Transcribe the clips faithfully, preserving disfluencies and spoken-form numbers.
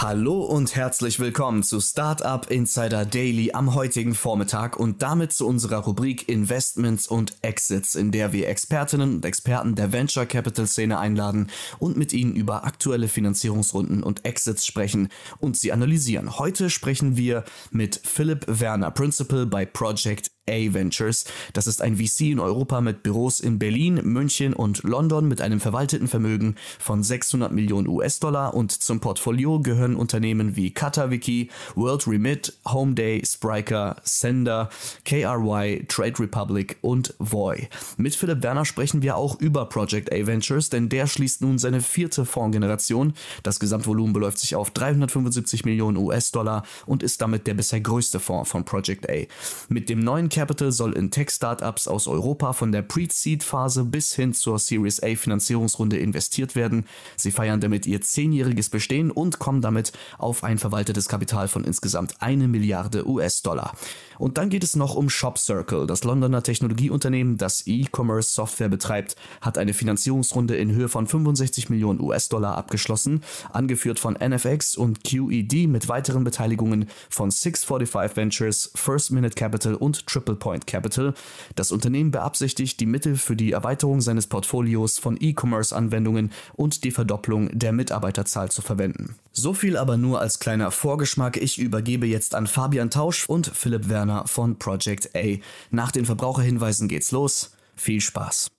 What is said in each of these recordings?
Hallo und herzlich willkommen zu Startup Insider Daily am heutigen Vormittag und damit zu unserer Rubrik Investments und Exits, in der wir Expertinnen und Experten der Venture Capital Szene einladen und mit ihnen über aktuelle Finanzierungsrunden und Exits sprechen und sie analysieren. Heute sprechen wir mit Philipp Werner, Principal bei Project A Ventures. Das ist ein V C in Europa mit Büros in Berlin, München und London mit einem verwalteten Vermögen von sechshundert Millionen U S-Dollar und zum Portfolio gehören Unternehmen wie Katawiki, World Remit, Homeday, Spryker, Sender, K R Y, Trade Republic und Voy. Mit Philipp Werner sprechen wir auch über Project A Ventures, denn der schließt nun seine vierte Fondsgeneration. Das Gesamtvolumen beläuft sich auf dreihundertfünfundsiebzig Millionen U S-Dollar und ist damit der bisher größte Fonds von Project A. Mit dem neuen Capital soll in Tech-Startups aus Europa von der Pre-Seed-Phase bis hin zur Series A-Finanzierungsrunde investiert werden. Sie feiern damit ihr zehnjähriges Bestehen und kommen damit auf ein verwaltetes Kapital von insgesamt eine Milliarde U S-Dollar. Und dann geht es noch um ShopCircle. Das Londoner Technologieunternehmen, das E-Commerce-Software betreibt, hat eine Finanzierungsrunde in Höhe von fünfundsechzig Millionen U S-Dollar abgeschlossen, angeführt von N F X und Q E D mit weiteren Beteiligungen von six forty-five Ventures, First Minute Capital und Triple Point Capital. Das Unternehmen beabsichtigt, die Mittel für die Erweiterung seines Portfolios von E-Commerce-Anwendungen und die Verdopplung der Mitarbeiterzahl zu verwenden. So viel aber nur als kleiner Vorgeschmack. Ich übergebe jetzt an Fabian Tausch und Philipp Werner von Project A. Nach den Verbraucherhinweisen geht's los. Viel Spaß.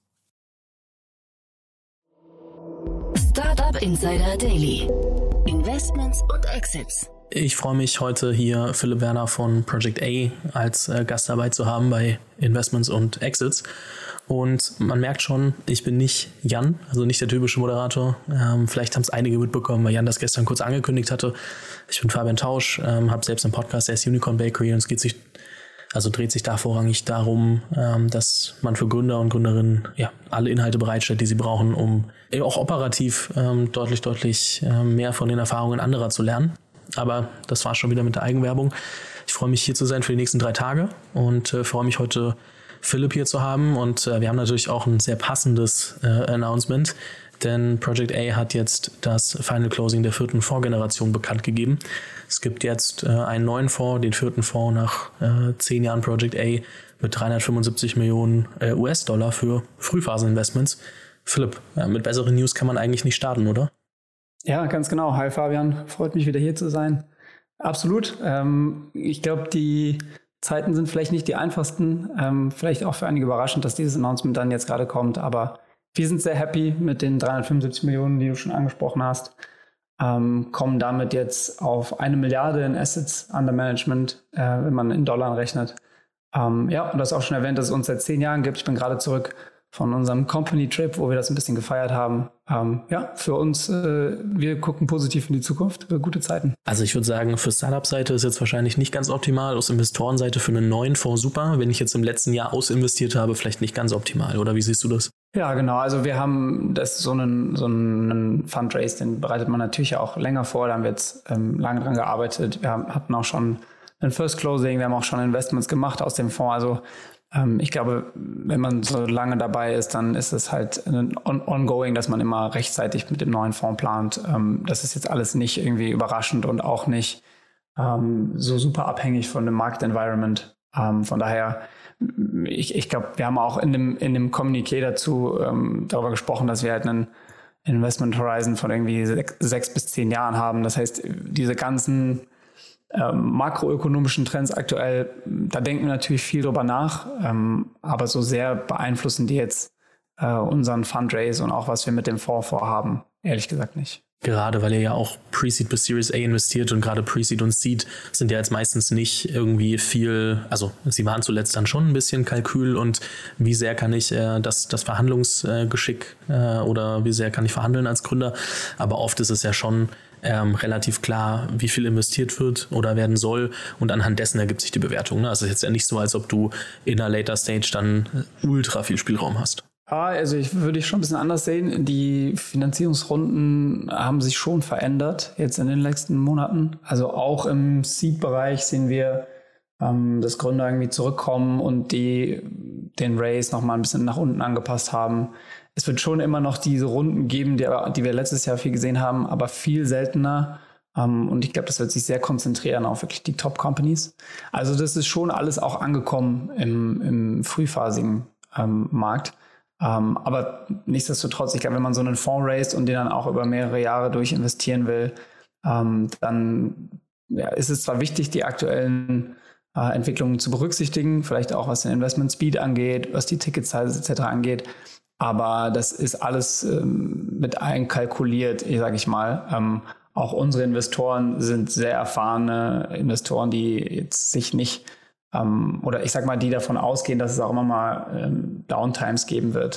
Startup Insider Daily. Investments und Exits. Ich freue mich, heute hier Philipp Werner von Project A als äh, Gast dabei zu haben bei Investments und Exits. Und man merkt schon, ich bin nicht Jan, also nicht der typische Moderator. Ähm, vielleicht haben es einige mitbekommen, weil Jan das gestern kurz angekündigt hatte. Ich bin Fabian Tausch, ähm, habe selbst einen Podcast, der ist Unicorn Bakery, und es geht sich, also dreht sich da vorrangig darum, ähm, dass man für Gründer und Gründerinnen ja alle Inhalte bereitstellt, die sie brauchen, um eben auch operativ ähm, deutlich, deutlich ähm, mehr von den Erfahrungen anderer zu lernen. Aber das war schon wieder mit der Eigenwerbung. Ich freue mich, hier zu sein für die nächsten drei Tage und äh, freue mich, heute Philipp hier zu haben. Und äh, wir haben natürlich auch ein sehr passendes äh, Announcement, denn Project A hat jetzt das Final Closing der vierten Fondsgeneration bekannt gegeben. Es gibt jetzt äh, einen neuen Fonds, den vierten Fonds nach äh, zehn Jahren Project A mit dreihundertfünfundsiebzig Millionen äh, U S-Dollar für Frühphaseninvestments. Philipp, äh, mit besseren News kann man eigentlich nicht starten, oder? Ja, ganz genau. Hi Fabian, freut mich wieder hier zu sein. Absolut. Ähm, ich glaube, die Zeiten sind vielleicht nicht die einfachsten. Ähm, vielleicht auch für einige überraschend, dass dieses Announcement dann jetzt gerade kommt. Aber wir sind sehr happy mit den dreihundertfünfundsiebzig Millionen, die du schon angesprochen hast. Ähm, kommen damit jetzt auf eine Milliarde in Assets under Management, äh, wenn man in Dollar rechnet. Ähm, ja, und du hast auch schon erwähnt, dass es uns seit zehn Jahren gibt. Ich bin gerade zurück von unserem Company-Trip, wo wir das ein bisschen gefeiert haben. Ähm, ja, für uns, äh, wir gucken positiv in die Zukunft, für gute Zeiten. Also ich würde sagen, für Startup-Seite ist jetzt wahrscheinlich nicht ganz optimal, aus Investorenseite für einen neuen Fonds super. Wenn ich jetzt im letzten Jahr ausinvestiert habe, vielleicht nicht ganz optimal, oder wie siehst du das? Ja, genau. Also wir haben das so einen, so einen Fundraise, den bereitet man natürlich auch länger vor. Da haben wir jetzt ähm, lange dran gearbeitet. Wir haben, hatten auch schon ein First Closing, wir haben auch schon Investments gemacht aus dem Fonds. Also ich glaube, wenn man so lange dabei ist, dann ist es halt ein ongoing, dass man immer rechtzeitig mit dem neuen Fonds plant. Das ist jetzt alles nicht irgendwie überraschend und auch nicht so super abhängig von dem Marktenvironment. Von daher, ich, ich glaube, wir haben auch in dem, in dem Kommuniqué dazu darüber gesprochen, dass wir halt einen Investment Horizon von irgendwie sechs, sechs bis zehn Jahren haben. Das heißt, diese ganzen Ähm, makroökonomischen Trends aktuell, da denken wir natürlich viel drüber nach, ähm, aber so sehr beeinflussen die jetzt äh, unseren Fundraise und auch was wir mit dem Fonds vorhaben, ehrlich gesagt nicht. Gerade weil ihr ja auch Pre-Seed bis Series A investiert und gerade Pre-Seed und Seed sind ja jetzt meistens nicht irgendwie viel, also sie waren zuletzt dann schon ein bisschen Kalkül und wie sehr kann ich äh, das, das Verhandlungsgeschick äh, oder wie sehr kann ich verhandeln als Gründer, aber oft ist es ja schon Ähm, relativ klar, wie viel investiert wird oder werden soll und anhand dessen ergibt sich die Bewertung. Ne? Also es ist jetzt ja nicht so, als ob du in einer Later Stage dann ultra viel Spielraum hast. Ja, also ich würde ich schon ein bisschen anders sehen. Die Finanzierungsrunden haben sich schon verändert jetzt in den letzten Monaten. Also auch im Seed-Bereich sehen wir, ähm, dass Gründer irgendwie zurückkommen und die den Raise nochmal ein bisschen nach unten angepasst haben. Es wird schon immer noch diese Runden geben, die, die wir letztes Jahr viel gesehen haben, aber viel seltener. Um, und ich glaube, das wird sich sehr konzentrieren auf wirklich die Top-Companies. Also das ist schon alles auch angekommen im, im frühphasigen ähm, Markt. Um, aber nichtsdestotrotz, ich glaube, wenn man so einen Fonds raised und den dann auch über mehrere Jahre durch investieren will, um, dann ja, ist es zwar wichtig, die aktuellen äh, Entwicklungen zu berücksichtigen, vielleicht auch was den Investment Speed angeht, was die Ticket Size et cetera angeht, aber das ist alles ähm, mit einkalkuliert, sage ich mal. Ähm, auch unsere Investoren sind sehr erfahrene Investoren, die jetzt sich nicht ähm, oder ich sag mal, die davon ausgehen, dass es auch immer mal ähm, Downtimes geben wird.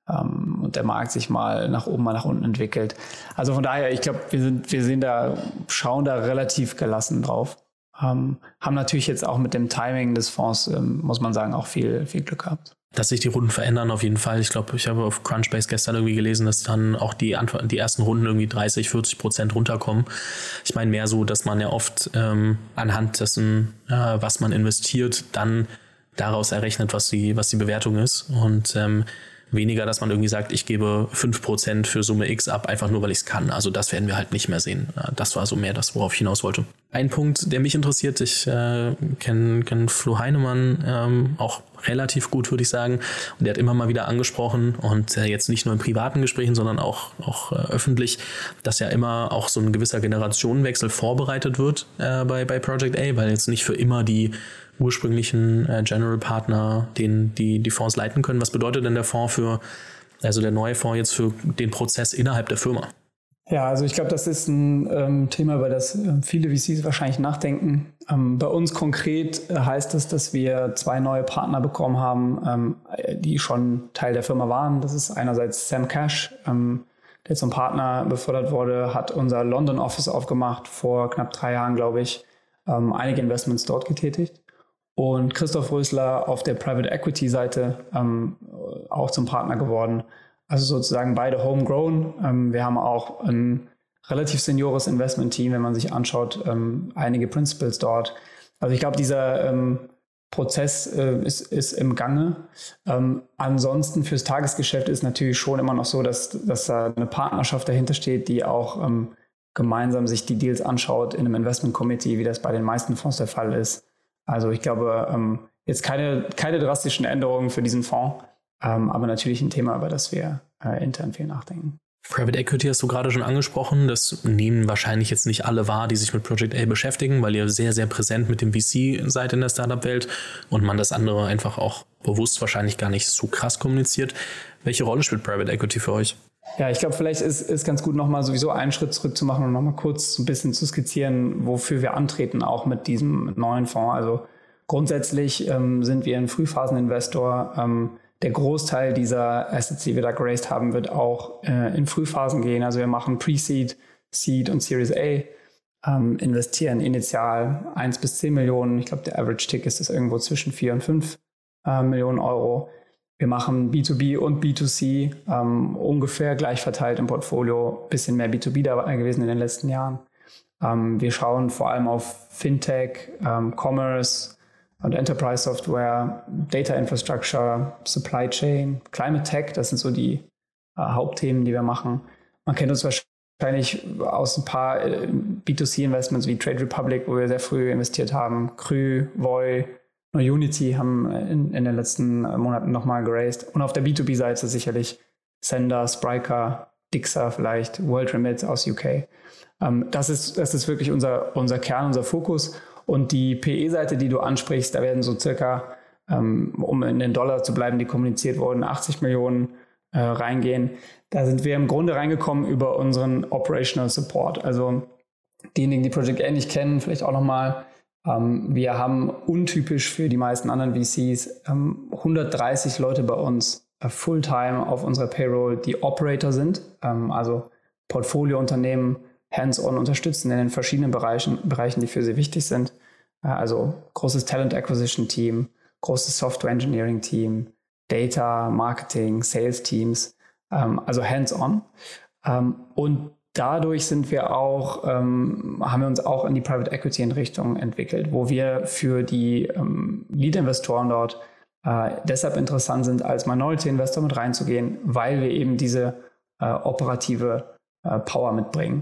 Und der Markt sich mal nach oben, mal nach unten entwickelt. Also von daher, ich glaube, wir sind, wir sehen da, schauen da relativ gelassen drauf. Ähm, haben natürlich jetzt auch mit dem Timing des Fonds, ähm, muss man sagen, auch viel, viel Glück gehabt. Dass sich die Runden verändern auf jeden Fall. Ich glaube, ich habe auf Crunchbase gestern irgendwie gelesen, dass dann auch die, Antw- die ersten Runden irgendwie dreißig, vierzig Prozent runterkommen. Ich meine mehr so, dass man ja oft ähm, anhand dessen, äh, was man investiert, dann daraus errechnet, was die, was die Bewertung ist. Und ähm, weniger, dass man irgendwie sagt, ich gebe fünf Prozent für Summe X ab, einfach nur, weil ich es kann. Also das werden wir halt nicht mehr sehen. Das war so mehr das, worauf ich hinaus wollte. Ein Punkt, der mich interessiert, ich äh, kenne kenn Flo Heinemann ähm, auch relativ gut, würde ich sagen. Und der hat immer mal wieder angesprochen und äh, jetzt nicht nur in privaten Gesprächen, sondern auch, auch äh, öffentlich, dass ja immer auch so ein gewisser Generationenwechsel vorbereitet wird äh, bei, bei Project A, weil jetzt nicht für immer die ursprünglichen äh, General Partner, den die die Fonds leiten können. Was bedeutet denn der Fonds für, also der neue Fonds jetzt für den Prozess innerhalb der Firma? Ja, also ich glaube, das ist ein ähm, Thema, über das äh, viele V Cs wahrscheinlich nachdenken. Ähm, bei uns konkret äh, heißt es, dass wir zwei neue Partner bekommen haben, ähm, die schon Teil der Firma waren. Das ist einerseits Sam Cash, ähm, der zum Partner befördert wurde, hat unser London Office aufgemacht, vor knapp drei Jahren, glaube ich, ähm, einige Investments dort getätigt. Und Christoph Rösler auf der Private Equity Seite ähm, auch zum Partner geworden. Also sozusagen beide homegrown. Ähm, wir haben auch ein relativ seniores Investment-Team, wenn man sich anschaut, ähm, einige Principals dort. Also ich glaube, dieser ähm, Prozess äh, ist, ist im Gange. Ähm, ansonsten fürs Tagesgeschäft ist natürlich schon immer noch so, dass, dass da eine Partnerschaft dahinter steht, die auch ähm, gemeinsam sich die Deals anschaut in einem Investment Committee, wie das bei den meisten Fonds der Fall ist. Also ich glaube, ähm, jetzt keine, keine drastischen Änderungen für diesen Fonds, ähm, aber natürlich ein Thema, über das wir äh, intern viel nachdenken. Private Equity hast du gerade schon angesprochen. Das nehmen wahrscheinlich jetzt nicht alle wahr, die sich mit Project A beschäftigen, weil ihr sehr, sehr präsent mit dem V C seid in der Startup-Welt und man das andere einfach auch bewusst wahrscheinlich gar nicht so krass kommuniziert. Welche Rolle spielt Private Equity für euch? Ja, ich glaube, vielleicht ist es ganz gut, nochmal sowieso einen Schritt zurück zu machen und nochmal kurz ein bisschen zu skizzieren, wofür wir antreten, auch mit diesem neuen Fonds. Also grundsätzlich ähm, sind wir ein Frühphaseninvestor. Ähm, der Großteil dieser Assets, die wir da geraced haben, wird auch äh, in Frühphasen gehen. Also wir machen Pre-Seed, Seed und Series A, ähm, investieren initial eins bis zehn Millionen. Ich glaube, der Average Tick ist das irgendwo zwischen vier und fünf äh, Millionen Euro. Wir machen B zwei B und B zwei C, ähm, ungefähr gleich verteilt im Portfolio, bisschen mehr B zwei B dabei gewesen in den letzten Jahren. Ähm, wir schauen vor allem auf Fintech, ähm, Commerce und Enterprise Software, Data Infrastructure, Supply Chain, Climate Tech, das sind so die äh, Hauptthemen, die wir machen. Man kennt uns wahrscheinlich aus ein paar äh, B zwei C Investments wie Trade Republic, wo wir sehr früh investiert haben, Krü, Voi, Unity haben in, in den letzten Monaten nochmal geraced. Und auf der B zwei B-Seite sicherlich Sender, Spryker, Dixa vielleicht, WorldRemit aus U K. Ähm, das ist, das ist wirklich unser, unser Kern, unser Fokus. Und die P E-Seite, die du ansprichst, da werden so circa, ähm, um in den Dollar zu bleiben, die kommuniziert wurden, achtzig Millionen äh, reingehen. Da sind wir im Grunde reingekommen über unseren Operational Support. Also diejenigen, die Project A nicht kennen, vielleicht auch nochmal. Um, wir haben untypisch für die meisten anderen V Cs um, hundertdreißig Leute bei uns uh, Fulltime auf unserer Payroll, die Operator sind, um, also Portfoliounternehmen hands-on unterstützen in den verschiedenen Bereichen, Bereichen, die für sie wichtig sind. Uh, also großes Talent Acquisition Team, großes Software Engineering Team, Data, Marketing, Sales Teams, um, also hands-on. Um, und Dadurch sind wir auch, ähm, haben wir uns auch in die Private Equity in Richtung entwickelt, wo wir für die ähm, Lead-Investoren dort äh, deshalb interessant sind, als Minority-Investor mit reinzugehen, weil wir eben diese äh, operative äh, Power mitbringen.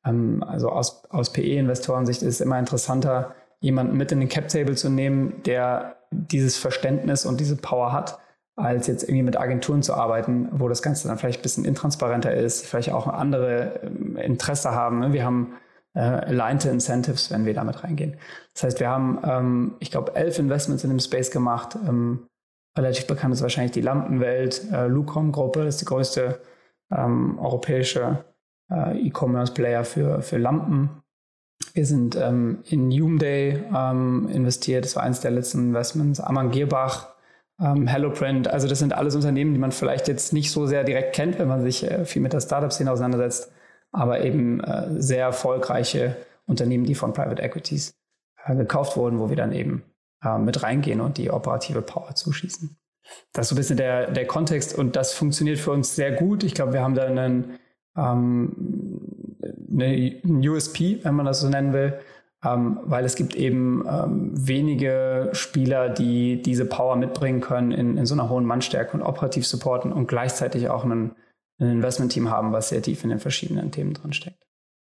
Ähm, also aus, aus P E-Investorensicht ist es immer interessanter, jemanden mit in den Cap-Table zu nehmen, der dieses Verständnis und diese Power hat, als jetzt irgendwie mit Agenturen zu arbeiten, wo das Ganze dann vielleicht ein bisschen intransparenter ist, vielleicht auch andere ähm, Interesse haben. Ne? Wir haben äh, aligned Incentives, wenn wir damit reingehen. Das heißt, wir haben, ähm, ich glaube, elf Investments in dem Space gemacht. Ähm, relativ bekannt ist wahrscheinlich die Lampenwelt. Äh, Lucom-Gruppe ist die größte ähm, europäische äh, E-Commerce-Player für, für Lampen. Wir sind ähm, in Humeday ähm, investiert. Das war eines der letzten Investments. Amann Gierbach, ähm, HelloPrint. Also das sind alles Unternehmen, die man vielleicht jetzt nicht so sehr direkt kennt, wenn man sich äh, viel mit der Startup-Szene auseinandersetzt, aber eben äh, sehr erfolgreiche Unternehmen, die von Private Equities äh, gekauft wurden, wo wir dann eben äh, mit reingehen und die operative Power zuschießen. Das ist so ein bisschen der, der Kontext und das funktioniert für uns sehr gut. Ich glaube, wir haben da einen, ähm, eine, einen U S P, wenn man das so nennen will, ähm, weil es gibt eben ähm, wenige Spieler, die diese Power mitbringen können in, in so einer hohen Mannstärke und operativ supporten und gleichzeitig auch einen, ein Investment-Team haben, was sehr tief in den verschiedenen Themen drin steckt.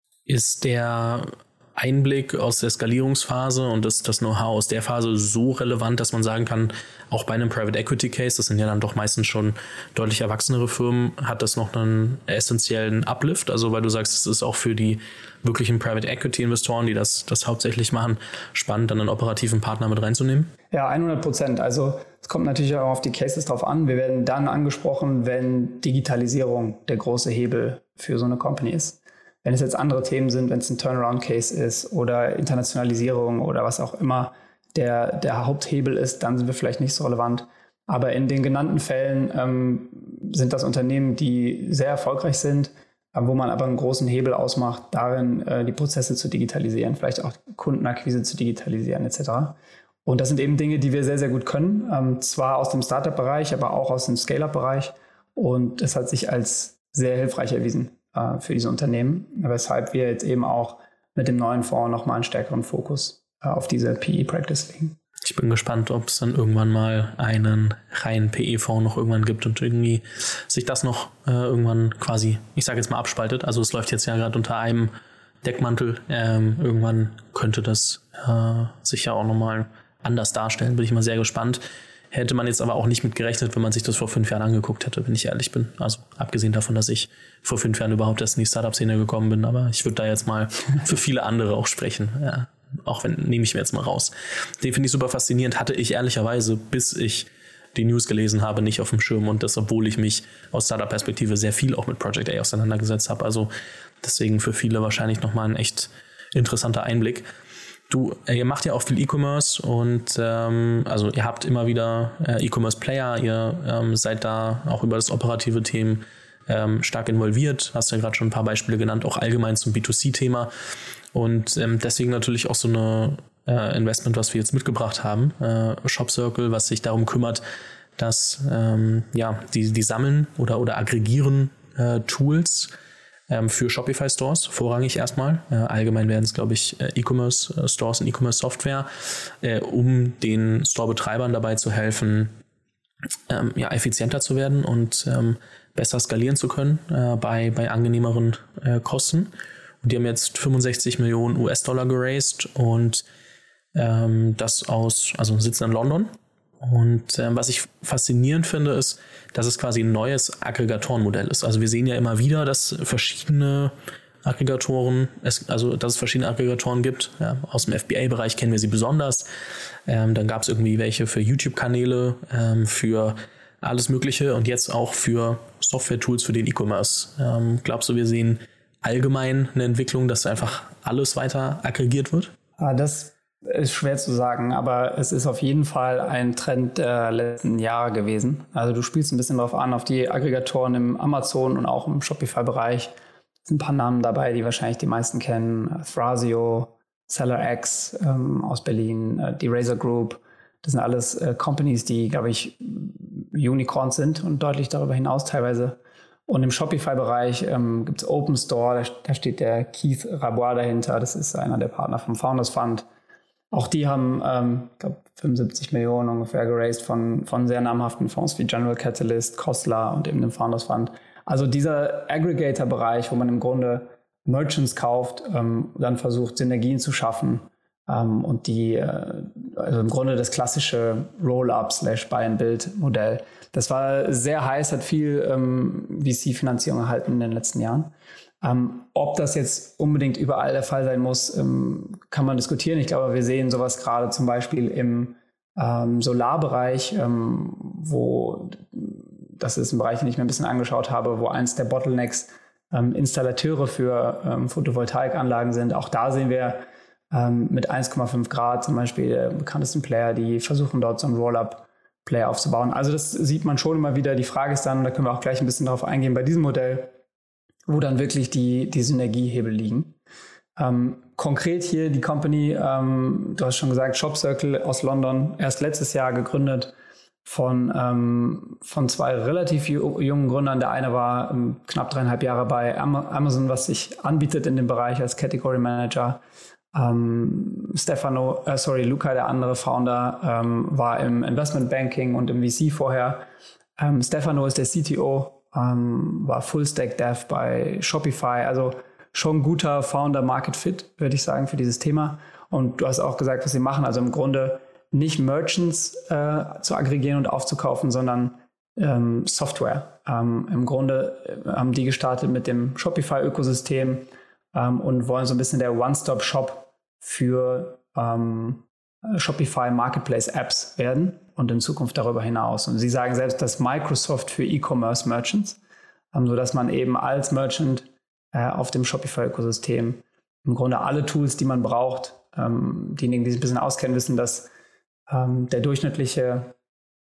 Ist der Einblick aus der Skalierungsphase und das, das Know-how aus der Phase so relevant, dass man sagen kann, auch bei einem Private Equity Case, das sind ja dann doch meistens schon deutlich erwachsenere Firmen, hat das noch einen essentiellen Uplift? Also weil du sagst, es ist auch für die wirklichen Private Equity Investoren, die das, das hauptsächlich machen, spannend, dann einen operativen Partner mit reinzunehmen? Ja, hundert Prozent. Also es kommt natürlich auch auf die Cases drauf an. Wir werden dann angesprochen, wenn Digitalisierung der große Hebel für so eine Company ist. Wenn es jetzt andere Themen sind, wenn es ein Turnaround-Case ist oder Internationalisierung oder was auch immer der, der Haupthebel ist, dann sind wir vielleicht nicht so relevant. Aber in den genannten Fällen ähm, sind das Unternehmen, die sehr erfolgreich sind, äh, wo man aber einen großen Hebel ausmacht, darin äh, die Prozesse zu digitalisieren, vielleicht auch Kundenakquise zu digitalisieren et cetera. Und das sind eben Dinge, die wir sehr, sehr gut können, ähm, zwar aus dem Startup-Bereich, aber auch aus dem Scale-Up-Bereich. Und das hat sich als sehr hilfreich erwiesen für diese Unternehmen, weshalb wir jetzt eben auch mit dem neuen Fonds nochmal einen stärkeren Fokus auf diese P E-Practice legen. Ich bin gespannt, ob es dann irgendwann mal einen reinen P E-Fonds noch irgendwann gibt und irgendwie sich das noch äh, irgendwann quasi, ich sage jetzt mal, abspaltet. Also es läuft jetzt ja gerade unter einem Deckmantel. Ähm, irgendwann könnte das äh, sich ja auch nochmal anders darstellen. Bin ich mal sehr gespannt. Hätte man jetzt aber auch nicht mit gerechnet, wenn man sich das vor fünf Jahren angeguckt hätte, wenn ich ehrlich bin. Also abgesehen davon, dass ich vor fünf Jahren überhaupt erst in die Startup-Szene gekommen bin. Aber ich würde da jetzt mal für viele andere auch sprechen. Ja, auch wenn, nehme ich mir jetzt mal raus. Den finde ich super faszinierend. Hatte ich ehrlicherweise, bis ich die News gelesen habe, nicht auf dem Schirm. Und das, obwohl ich mich aus Startup-Perspektive sehr viel auch mit Project A auseinandergesetzt habe. Also deswegen für viele wahrscheinlich nochmal ein echt interessanter Einblick. Du, ihr macht ja auch viel E-Commerce und ähm, also ihr habt immer wieder äh, E-Commerce-Player, ihr ähm, seid da auch über das operative Themen ähm, stark involviert. Hast ja gerade schon ein paar Beispiele genannt, auch allgemein zum B zwei C-Thema. Und ähm, deswegen natürlich auch so eine äh, Investment, was wir jetzt mitgebracht haben, äh, ShopCircle, was sich darum kümmert, dass ähm, ja die, die sammeln oder, oder aggregieren äh, Tools für Shopify-Stores, vorrangig erstmal. Äh, allgemein werden es, glaube ich, E-Commerce-Stores und E-Commerce-Software, äh, um den Store-Betreibern dabei zu helfen, ähm, ja, effizienter zu werden und ähm, besser skalieren zu können äh, bei, bei angenehmeren äh, Kosten. Und die haben jetzt fünfundsechzig Millionen U S-Dollar geraced und ähm, das aus, also sitzen in London. Und äh, was ich faszinierend finde, ist, dass es quasi ein neues Aggregatorenmodell ist. Also wir sehen ja immer wieder, dass verschiedene Aggregatoren, es, also dass es verschiedene Aggregatoren gibt. Ja, aus dem F B A-Bereich kennen wir sie besonders. Ähm, dann gab es irgendwie welche für YouTube-Kanäle, ähm, für alles Mögliche und jetzt auch für Software-Tools für den E-Commerce. Ähm, glaubst du, wir sehen allgemein eine Entwicklung, dass einfach alles weiter aggregiert wird? Ah, das ist schwer zu sagen, aber es ist auf jeden Fall ein Trend der letzten Jahre gewesen. Also du spielst ein bisschen drauf an, auf die Aggregatoren im Amazon und auch im Shopify-Bereich. Es sind ein paar Namen dabei, die wahrscheinlich die meisten kennen. Thrasio, SellerX ähm, aus Berlin, äh, die Razor Group. Das sind alles äh, Companies, die, glaube ich, Unicorns sind und deutlich darüber hinaus teilweise. Und im Shopify-Bereich ähm, gibt es Open Store, da, da steht der Keith Rabois dahinter. Das ist einer der Partner vom Founders Fund. Auch die haben, ähm, ich glaube, fünfundsiebzig Millionen ungefähr geraced von, von sehr namhaften Fonds wie General Catalyst, Khosla und eben dem Founders Fund. Also dieser Aggregator-Bereich, wo man im Grunde Merchants kauft, ähm, dann versucht, Synergien zu schaffen ähm, und die, äh, also im Grunde das klassische Roll-up slash Buy-and-Build-Modell. Das war sehr heiß, hat viel ähm, V C-Finanzierung erhalten in den letzten Jahren. Ähm, ob das jetzt unbedingt überall der Fall sein muss, ähm, kann man diskutieren. Ich glaube, wir sehen sowas gerade zum Beispiel im ähm, Solarbereich, ähm, wo, das ist ein Bereich, den ich mir ein bisschen angeschaut habe, wo eins der Bottlenecks ähm, Installateure für ähm, Photovoltaikanlagen sind. Auch da sehen wir ähm, mit eins Komma fünf Grad zum Beispiel der bekanntesten Player, die versuchen dort so ein Roll-up-Player aufzubauen. Also das sieht man schon immer wieder. Die Frage ist dann, da können wir auch gleich ein bisschen drauf eingehen, bei diesem Modell, wo dann wirklich die, die Synergiehebel liegen. Ähm, konkret hier die Company, ähm, du hast schon gesagt, Shop Circle aus London, erst letztes Jahr gegründet von, ähm, von zwei relativ jungen Gründern. Der eine war ähm, knapp dreieinhalb Jahre bei Amazon, was sich anbietet in dem Bereich als Category Manager. Ähm, Stefano, äh, sorry, Luca, der andere Founder, ähm, war im Investment Banking und im V C vorher. Ähm, Stefano ist der C T O, Ähm, war Full-Stack-Dev bei Shopify, also schon guter Founder-Market-Fit, würde ich sagen, für dieses Thema. Und du hast auch gesagt, was sie machen, also im Grunde nicht Merchants äh, zu aggregieren und aufzukaufen, sondern ähm, Software. Ähm, Im Grunde haben die gestartet mit dem Shopify-Ökosystem ähm, und wollen so ein bisschen der One-Stop-Shop für ähm, Shopify Marketplace Apps werden und in Zukunft darüber hinaus. Und sie sagen selbst, dass Microsoft für E-Commerce Merchants, ähm, sodass man eben als Merchant äh, auf dem Shopify-Ökosystem im Grunde alle Tools, die man braucht, ähm, diejenigen, die sich ein bisschen auskennen, wissen, dass ähm, der durchschnittliche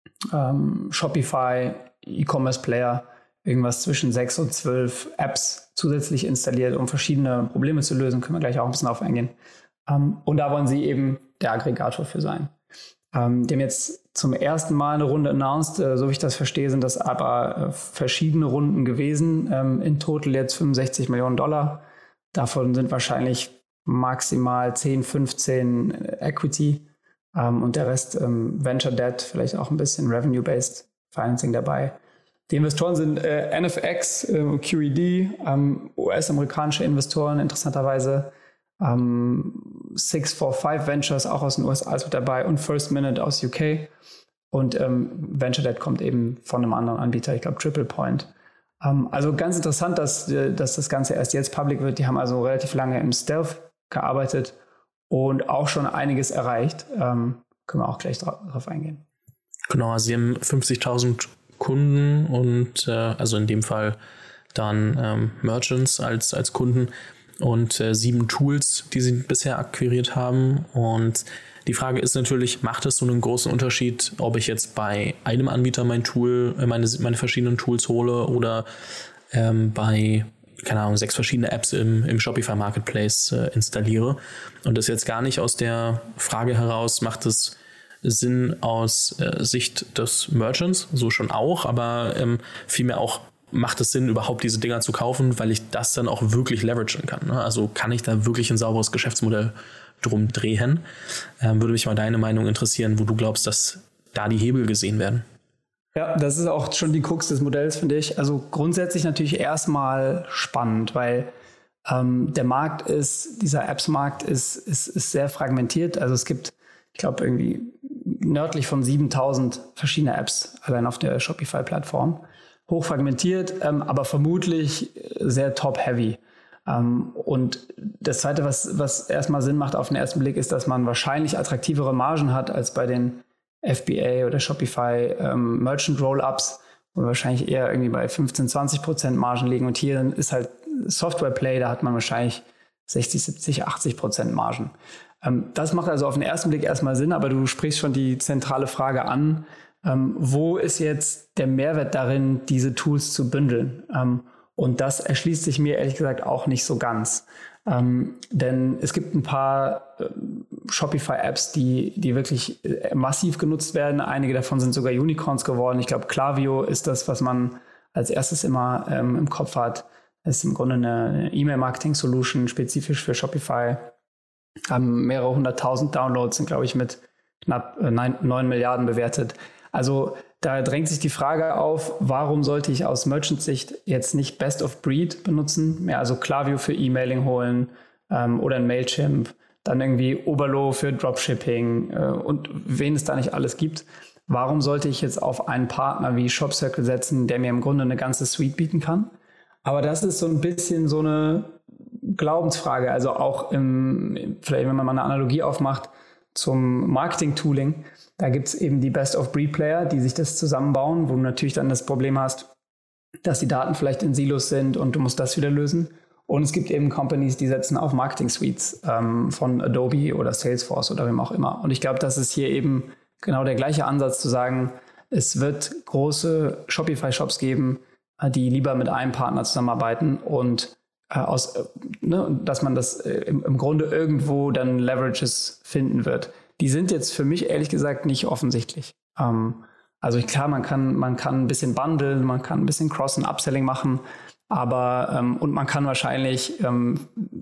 ähm, Shopify E-Commerce-Player irgendwas zwischen sechs und zwölf Apps zusätzlich installiert, um verschiedene Probleme zu lösen. Können wir gleich auch ein bisschen drauf eingehen. Um, und da wollen sie eben der Aggregator für sein. Um, die haben jetzt zum ersten Mal eine Runde announced. Uh, so wie ich das verstehe, sind das aber uh, verschiedene Runden gewesen. Um, in total jetzt fünfundsechzig Millionen Dollar. Davon sind wahrscheinlich maximal zehn, fünfzehn Equity um, und der Rest um, Venture Debt, vielleicht auch ein bisschen Revenue-Based Financing dabei. Die Investoren sind uh, N F X, uh, Q E D, um, U S-amerikanische Investoren interessanterweise. Um, six four five Ventures, auch aus den U S A, ist mit dabei, und First Minute aus U K. Und um, Venture Debt kommt eben von einem anderen Anbieter, ich glaube Triple Point. Um, also ganz interessant, dass, dass das Ganze erst jetzt public wird. Die haben also relativ lange im Stealth gearbeitet und auch schon einiges erreicht. Um, können wir auch gleich dra- drauf eingehen. Genau, also sie haben fünfzigtausend Kunden und äh, also in dem Fall dann ähm, Merchants als, als Kunden. Und äh, sieben Tools, die sie bisher akquiriert haben. Und die Frage ist natürlich, macht es so einen großen Unterschied, ob ich jetzt bei einem Anbieter mein Tool, äh, meine, meine verschiedenen Tools hole oder ähm, bei, keine Ahnung, sechs verschiedene Apps im, im Shopify Marketplace äh, installiere. Und das jetzt gar nicht aus der Frage heraus, macht es Sinn aus äh, Sicht des Merchants, so schon auch, aber ähm, vielmehr auch, macht es Sinn, überhaupt diese Dinger zu kaufen, weil ich das dann auch wirklich leveragen kann. Ne? Also kann ich da wirklich ein sauberes Geschäftsmodell drum drehen? Ähm, würde mich mal deine Meinung interessieren, wo du glaubst, dass da die Hebel gesehen werden. Ja, das ist auch schon die Krux des Modells, finde ich. Also grundsätzlich natürlich erstmal spannend, weil ähm, der Markt ist, dieser Apps-Markt ist, ist, ist sehr fragmentiert. Also es gibt, ich glaube, irgendwie nördlich von siebentausend verschiedene Apps allein auf der Shopify-Plattform. Hochfragmentiert, ähm, aber vermutlich sehr top-heavy. Ähm, und das Zweite, was, was erstmal Sinn macht auf den ersten Blick, ist, dass man wahrscheinlich attraktivere Margen hat als bei den F B A oder Shopify ähm, Merchant Roll-Ups, wo wir wahrscheinlich eher irgendwie bei fünfzehn, zwanzig Prozent Margen liegen. Und hier ist halt Software-Play, da hat man wahrscheinlich sechzig, siebzig, achtzig Prozent Margen. Ähm, das macht also auf den ersten Blick erstmal Sinn, aber du sprichst schon die zentrale Frage an, Ähm, wo ist jetzt der Mehrwert darin, diese Tools zu bündeln? Ähm, und das erschließt sich mir ehrlich gesagt auch nicht so ganz. Ähm, denn es gibt ein paar äh, Shopify-Apps, die, die wirklich äh, massiv genutzt werden. Einige davon sind sogar Unicorns geworden. Ich glaube, Klaviyo ist das, was man als erstes immer ähm, im Kopf hat. Das ist im Grunde eine E-Mail-Marketing-Solution, spezifisch für Shopify. Haben mehrere hunderttausend Downloads, sind, glaube ich, mit knapp äh, neun Milliarden bewertet. Also da drängt sich die Frage auf, warum sollte ich aus Merchant-Sicht jetzt nicht Best of Breed benutzen, mehr also Klaviyo für E-Mailing holen ähm, oder ein Mailchimp, dann irgendwie Oberlo für Dropshipping äh, und wen es da nicht alles gibt. Warum sollte ich jetzt auf einen Partner wie ShopCircle setzen, der mir im Grunde eine ganze Suite bieten kann? Aber das ist so ein bisschen so eine Glaubensfrage. Also auch im, vielleicht wenn man mal eine Analogie aufmacht zum Marketing-Tooling, da gibt es eben die Best-of-Breed-Player, die sich das zusammenbauen, wo du natürlich dann das Problem hast, dass die Daten vielleicht in Silos sind und du musst das wieder lösen. Und es gibt eben Companies, die setzen auf Marketing-Suites ähm, von Adobe oder Salesforce oder wem auch immer. Und ich glaube, das ist hier eben genau der gleiche Ansatz zu sagen, es wird große Shopify-Shops geben, die lieber mit einem Partner zusammenarbeiten und äh, aus, äh, ne, dass man das äh, im, im Grunde irgendwo dann Leverages finden wird. Die sind jetzt für mich ehrlich gesagt nicht offensichtlich. Ähm, also klar, man kann, man kann ein bisschen bundlen, man kann ein bisschen Cross- und Upselling machen, aber ähm, und man kann wahrscheinlich ähm,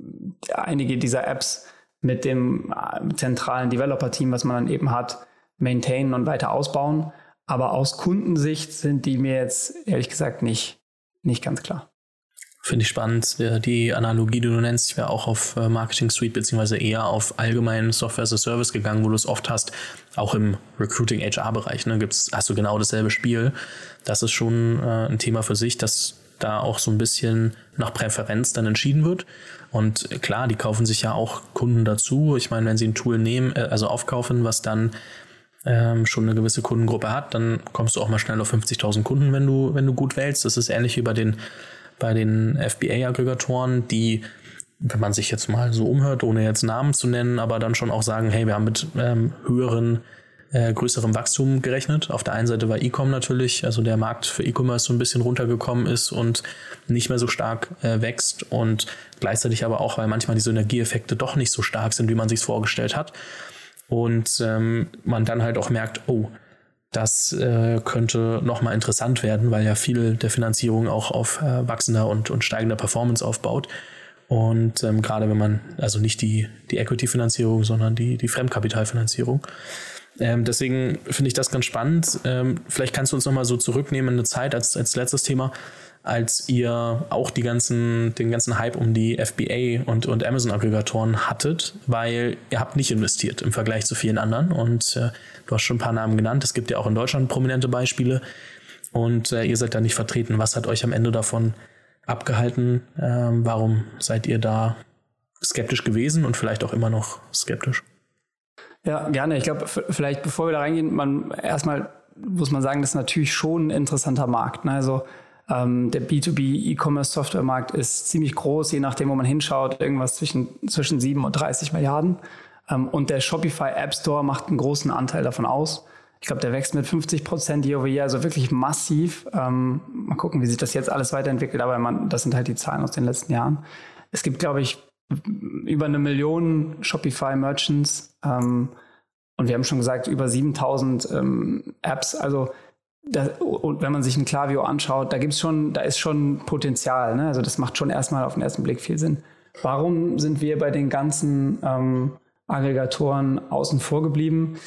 einige dieser Apps mit dem äh, zentralen Developer-Team, was man dann eben hat, maintainen und weiter ausbauen. Aber aus Kundensicht sind die mir jetzt ehrlich gesagt nicht, nicht ganz klar. Finde ich spannend. Die Analogie, die du nennst, ich wäre auch auf Marketing Suite beziehungsweise eher auf allgemeinen Software as a Service gegangen, wo du es oft hast, auch im Recruiting H R-Bereich. Ne, gibt's, hast du genau dasselbe Spiel. Das ist schon äh, ein Thema für sich, dass da auch so ein bisschen nach Präferenz dann entschieden wird. Und klar, die kaufen sich ja auch Kunden dazu. Ich meine, wenn sie ein Tool nehmen, äh, also aufkaufen, was dann ähm, schon eine gewisse Kundengruppe hat, dann kommst du auch mal schnell auf fünfzigtausend Kunden, wenn du, wenn du gut wählst. Das ist ähnlich wie bei den, bei den F B A-Aggregatoren, die, wenn man sich jetzt mal so umhört, ohne jetzt Namen zu nennen, aber dann schon auch sagen, hey, wir haben mit ähm, höheren, äh, größerem Wachstum gerechnet. Auf der einen Seite war E-Com natürlich, also der Markt für E-Commerce so ein bisschen runtergekommen ist und nicht mehr so stark äh, wächst und gleichzeitig aber auch, weil manchmal die Synergieeffekte doch nicht so stark sind, wie man sich es vorgestellt hat. Und ähm, man dann halt auch merkt, oh, das äh, könnte nochmal interessant werden, weil ja viel der Finanzierung auch auf äh, wachsender und, und steigender Performance aufbaut. Und ähm, gerade wenn man, also nicht die, die Equity-Finanzierung, sondern die, die Fremdkapitalfinanzierung. Ähm, deswegen finde ich das ganz spannend. Ähm, vielleicht kannst du uns nochmal so zurücknehmen in eine Zeit als, als letztes Thema, als ihr auch die ganzen, den ganzen Hype um die F B A und, und Amazon-Aggregatoren hattet, weil ihr habt nicht investiert im Vergleich zu vielen anderen. Und äh, du hast schon ein paar Namen genannt. Es gibt ja auch in Deutschland prominente Beispiele. Und äh, ihr seid da nicht vertreten. Was hat euch am Ende davon abgehalten? Ähm, warum seid ihr da skeptisch gewesen und vielleicht auch immer noch skeptisch? Ja, gerne. Ich glaube, vielleicht bevor wir da reingehen, man erstmal muss man sagen, das ist natürlich schon ein interessanter Markt. Ne? Also ähm, der B zwei B E-Commerce-Software-Markt ist ziemlich groß, je nachdem, wo man hinschaut, irgendwas zwischen, zwischen sieben und dreißig Milliarden. Ähm, und der Shopify App Store macht einen großen Anteil davon aus. Ich glaube, der wächst mit fünfzig Prozent year over year, also wirklich massiv. Ähm, mal gucken, wie sich das jetzt alles weiterentwickelt, aber man, das sind halt die Zahlen aus den letzten Jahren. Es gibt, glaube ich, über eine Million Shopify-Merchants ähm, und wir haben schon gesagt, über siebentausend ähm, Apps. Also das, und wenn man sich ein Klaviyo anschaut, da gibt's schon, da ist schon Potenzial. Ne? Also das macht schon erstmal auf den ersten Blick viel Sinn. Warum sind wir bei den ganzen ähm, Aggregatoren außen vor geblieben?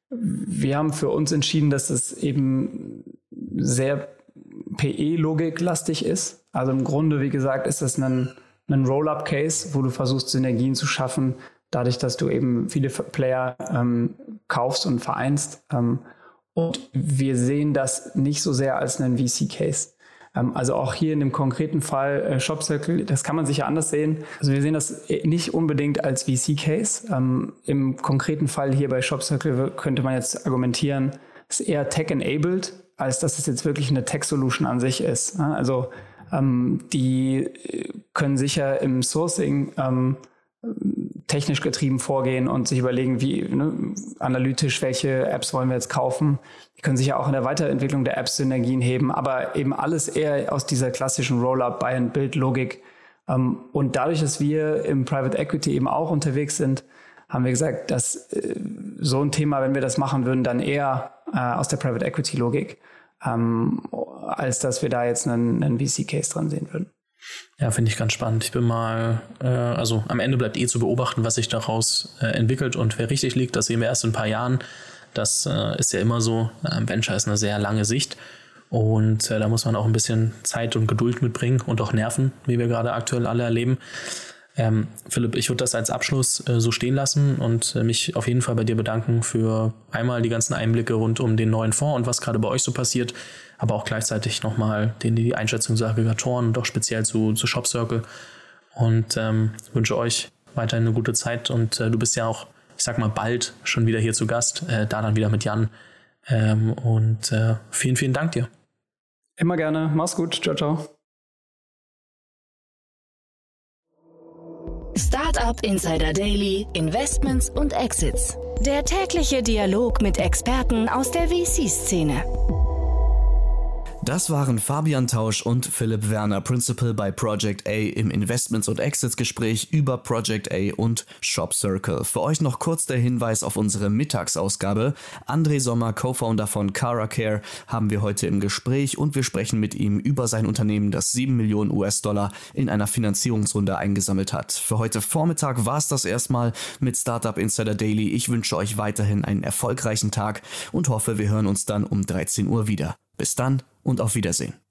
Wir haben für uns entschieden, dass es eben sehr P E-Logik-lastig ist. Also im Grunde, wie gesagt, ist das ein, ein Roll-Up-Case, wo du versuchst, Synergien zu schaffen, dadurch, dass du eben viele Player ähm, kaufst und vereinst. Ähm, und wir sehen das nicht so sehr als einen V C-Case. Ähm, also auch hier in dem konkreten Fall äh, ShopCircle, das kann man sicher anders sehen. Also wir sehen das nicht unbedingt als V C-Case. Ähm, Im konkreten Fall hier bei ShopCircle könnte man jetzt argumentieren, es ist eher tech-enabled, als dass es jetzt wirklich eine Tech-Solution an sich ist. Ne? Also ähm, die können sicher im Sourcing ähm, technisch getrieben vorgehen und sich überlegen, wie ne, analytisch, welche Apps wollen wir jetzt kaufen. Die können sich ja auch in der Weiterentwicklung der Apps Synergien heben, aber eben alles eher aus dieser klassischen Roll-Up, Buy-and-Build-Logik. Ähm, und dadurch, dass wir im Private Equity eben auch unterwegs sind, haben wir gesagt, dass äh, so ein Thema, wenn wir das machen würden, dann eher äh, aus der Private Equity-Logik, ähm, als dass wir da jetzt einen, einen V C-Case dran sehen würden. Ja, finde ich ganz spannend. Ich bin mal, äh, also am Ende bleibt eh zu beobachten, was sich daraus äh, entwickelt und wer richtig liegt, das sehen wir erst in ein paar Jahren. Das äh, ist ja immer so. Äh, Venture ist eine sehr lange Sicht. Und äh, da muss man auch ein bisschen Zeit und Geduld mitbringen und auch Nerven, wie wir gerade aktuell alle erleben. Ähm, Philipp, ich würde das als Abschluss äh, so stehen lassen und äh, mich auf jeden Fall bei dir bedanken für einmal die ganzen Einblicke rund um den neuen Fonds und was gerade bei euch so passiert, aber auch gleichzeitig nochmal den, die Einschätzung zu Aggregatoren und auch speziell zu, zu ShopCircle. Und ähm, wünsche euch weiterhin eine gute Zeit. Und äh, du bist ja auch, ich sag mal, bald schon wieder hier zu Gast, äh, da dann wieder mit Jan. Ähm, und äh, vielen, vielen Dank dir. Immer gerne. Mach's gut. Ciao, ciao. Startup Insider Daily, Investments und Exits. Der tägliche Dialog mit Experten aus der V C-Szene. Das waren Fabian Tausch und Philipp Werner, Principal bei Project A, im Investments- und Exits-Gespräch über Project A und ShopCircle. Für euch noch kurz der Hinweis auf unsere Mittagsausgabe. André Sommer, Co-Founder von CaraCare, haben wir heute im Gespräch und wir sprechen mit ihm über sein Unternehmen, das sieben Millionen US-Dollar in einer Finanzierungsrunde eingesammelt hat. Für heute Vormittag war es das erstmal mit Startup Insider Daily. Ich wünsche euch weiterhin einen erfolgreichen Tag und hoffe, wir hören uns dann um dreizehn Uhr wieder. Bis dann und auf Wiedersehen.